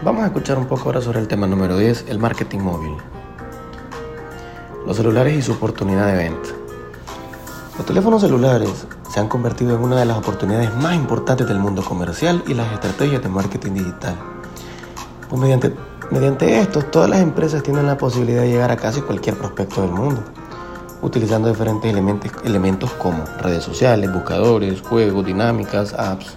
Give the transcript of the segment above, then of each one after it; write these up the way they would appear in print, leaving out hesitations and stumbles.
Vamos a escuchar un poco ahora sobre el tema número 10, el marketing móvil. Los celulares y su oportunidad de venta. Los teléfonos celulares se han convertido en una de las oportunidades más importantes del mundo comercial y las estrategias de marketing digital. Pues mediante estos, todas las empresas tienen la posibilidad de llegar a casi cualquier prospecto del mundo, utilizando diferentes elementos como redes sociales, buscadores, juegos, dinámicas, apps.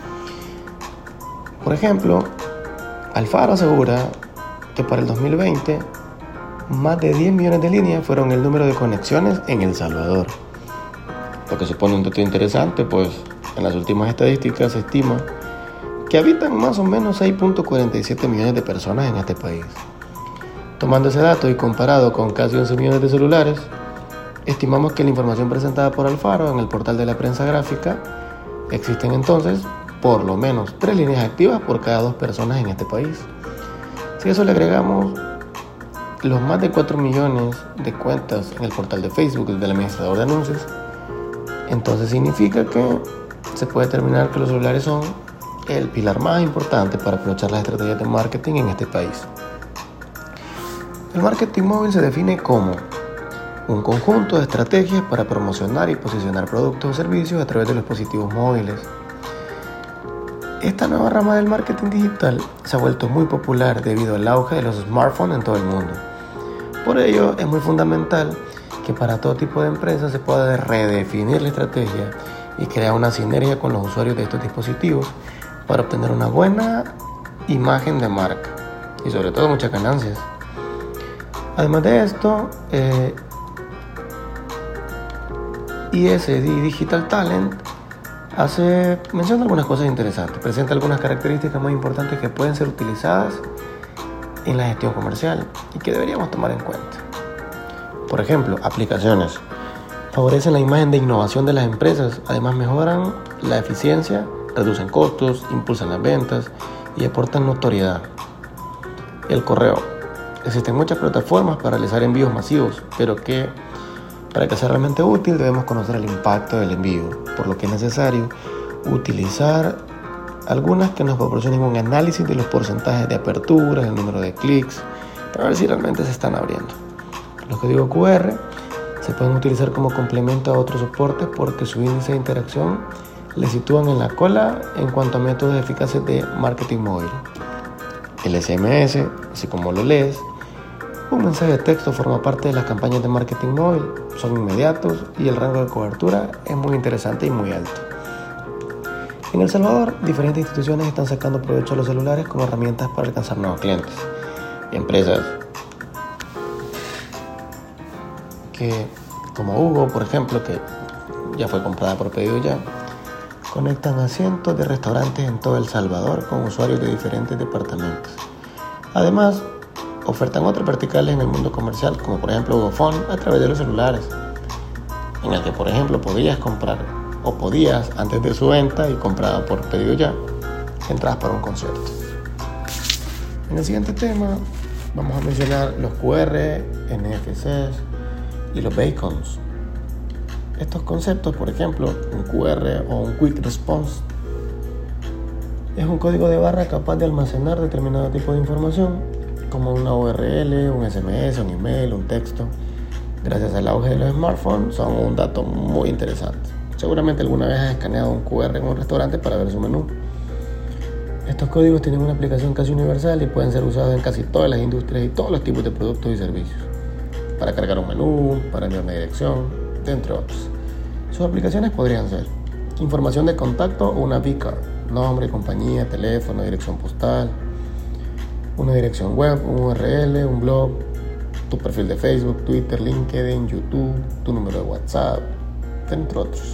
Por ejemplo, Alfaro asegura que para el 2020 más de 10 millones de líneas fueron el número de conexiones en El Salvador. Lo que supone un dato interesante, pues en las últimas estadísticas se estima que habitan más o menos 6.47 millones de personas en este país. Tomando ese dato y comparado con casi 11 millones de celulares, estimamos que la información presentada por Alfaro en el portal de la prensa gráfica existen entonces por lo menos 3 líneas activas por cada 2 personas en este país. Si a eso le agregamos los más de 4 millones de cuentas en el portal de Facebook del administrador de anuncios, entonces significa que se puede determinar que los celulares son el pilar más importante para aprovechar las estrategias de marketing en este país. El marketing móvil se define como un conjunto de estrategias para promocionar y posicionar productos o servicios a través de los dispositivos móviles. Esta nueva rama del marketing digital se ha vuelto muy popular debido al auge de los smartphones en todo el mundo. Por ello, es muy fundamental que para todo tipo de empresas se pueda redefinir la estrategia y crear una sinergia con los usuarios de estos dispositivos para obtener una buena imagen de marca y sobre todo muchas ganancias. Además de esto, ISD Digital Talent hace mención de algunas cosas interesantes, presenta algunas características muy importantes que pueden ser utilizadas en la gestión comercial y que deberíamos tomar en cuenta. Por ejemplo, aplicaciones. Favorecen la imagen de innovación de las empresas, además mejoran la eficiencia, reducen costos, impulsan las ventas y aportan notoriedad. El correo. Existen muchas plataformas para realizar envíos masivos, pero para que sea realmente útil debemos conocer el impacto del envío, por lo que es necesario utilizar algunas que nos proporcionen un análisis de los porcentajes de apertura, el número de clics, para ver si realmente se están abriendo. Los códigos QR se pueden utilizar como complemento a otros soportes porque su índice de interacción le sitúan en la cola en cuanto a métodos eficaces de marketing móvil. El SMS, así como lo lees, un mensaje de texto forma parte de las campañas de marketing móvil, son inmediatos y el rango de cobertura es muy interesante y muy alto. En El Salvador, diferentes instituciones están sacando provecho de los celulares como herramientas para alcanzar nuevos clientes. Empresas que, como Hugo, por ejemplo, que ya fue comprada por pedido ya, conectan a cientos de restaurantes en todo El Salvador con usuarios de diferentes departamentos. Además, ofertan otras verticales en el mundo comercial, como por ejemplo Hugo Phone a través de los celulares, en el que por ejemplo podías antes de su venta y comprada por pedido ya, entradas para un concierto. En el siguiente tema vamos a mencionar los QR, NFCs y los beacons. Estos conceptos, por ejemplo, un QR o un Quick Response, es un código de barra capaz de almacenar determinado tipo de información, como una URL, un SMS, un email, un texto. Gracias al auge de los smartphones, son un dato muy interesante. Seguramente alguna vez has escaneado un QR en un restaurante para ver su menú. Estos códigos tienen una aplicación casi universal y pueden ser usados en casi todas las industrias y todos los tipos de productos y servicios. Para cargar un menú, para enviar una dirección, entre otros. Sus aplicaciones podrían ser información de contacto o una V-Card, nombre, compañía, teléfono, dirección postal, una dirección web, un URL, un blog, tu perfil de Facebook, Twitter, LinkedIn, YouTube, tu número de WhatsApp, entre otros.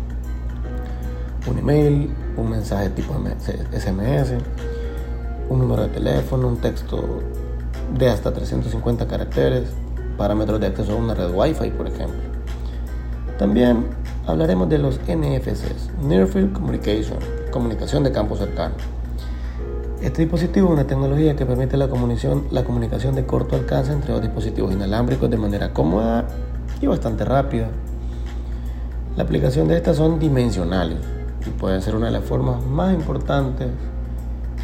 Un email, un mensaje tipo SMS, un número de teléfono, un texto de hasta 350 caracteres, parámetros de acceso a una red Wi-Fi, por ejemplo. También hablaremos de los NFCs, Near Field Communication, comunicación de campo cercano. Este dispositivo es una tecnología que permite la comunicación de corto alcance entre dos dispositivos inalámbricos de manera cómoda y bastante rápida. La aplicación de estas son dimensionales y pueden ser una de las formas más importantes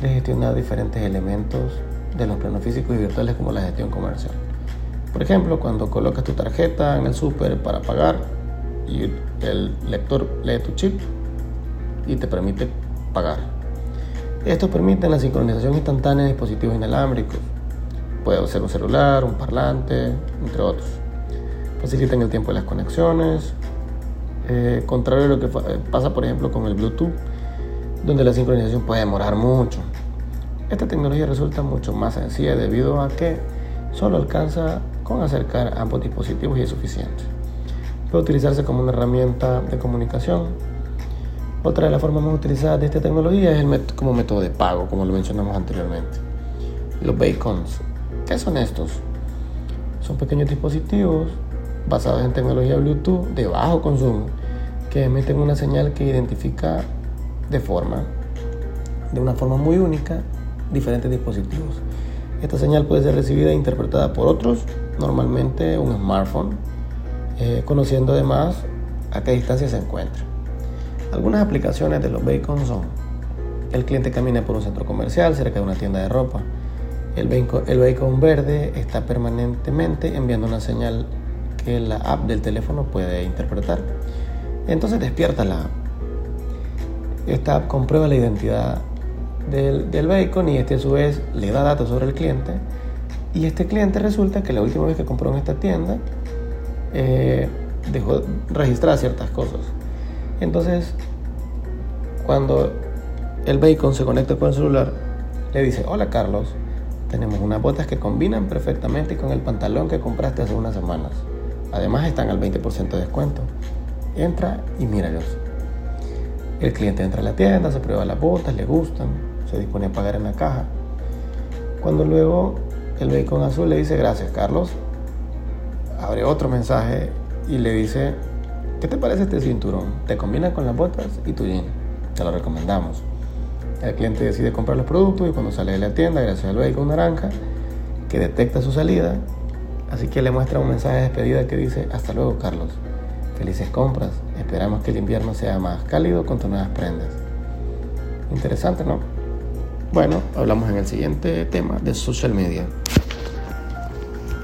de gestionar diferentes elementos de los planos físicos y virtuales como la gestión comercial. Por ejemplo, cuando colocas tu tarjeta en el súper para pagar y el lector lee tu chip y te permite pagar. Esto permite la sincronización instantánea de dispositivos inalámbricos. Puede ser un celular, un parlante, entre otros. Facilitan el tiempo de las conexiones, contrario a lo que pasa, por ejemplo, con el Bluetooth, donde la sincronización puede demorar mucho. Esta tecnología resulta mucho más sencilla debido a que solo alcanza con acercar ambos dispositivos y es suficiente. Puede utilizarse como una herramienta de comunicación. Otra de las formas más utilizadas de esta tecnología es como método de pago, como lo mencionamos anteriormente. Los beacons. ¿Qué son estos? Son pequeños dispositivos basados en tecnología Bluetooth de bajo consumo que emiten una señal que identifica de una forma muy única diferentes dispositivos. Esta señal puede ser recibida e interpretada por otros, normalmente un smartphone, conociendo además a qué distancia se encuentra. Algunas aplicaciones de los beacons son: el cliente camina por un centro comercial cerca de una tienda de ropa. El beacon verde está permanentemente enviando una señal que la app del teléfono puede interpretar. Entonces despierta la app. Esta app comprueba la identidad del beacon y a su vez le da datos sobre el cliente. Y este cliente resulta que la última vez que compró en esta tienda dejó registrar ciertas cosas. Entonces, cuando el beacon se conecta con el celular, le dice: hola Carlos, tenemos unas botas que combinan perfectamente con el pantalón que compraste hace unas semanas. Además están al 20% de descuento. Entra y míralos. El cliente entra a la tienda, se prueba las botas, le gustan, se dispone a pagar en la caja. Cuando luego el beacon azul le dice: gracias Carlos, abre otro mensaje y le dice: ¿qué te parece este cinturón? Te combina con las botas y tu jean. Te lo recomendamos. El cliente decide comprar los productos y cuando sale de la tienda, gracias al beacon naranja que detecta su salida, así que le muestra un mensaje de despedida que dice: hasta luego Carlos, felices compras, esperamos que el invierno sea más cálido con tus nuevas prendas. Interesante, ¿no? Bueno, hablamos en el siguiente tema de social media.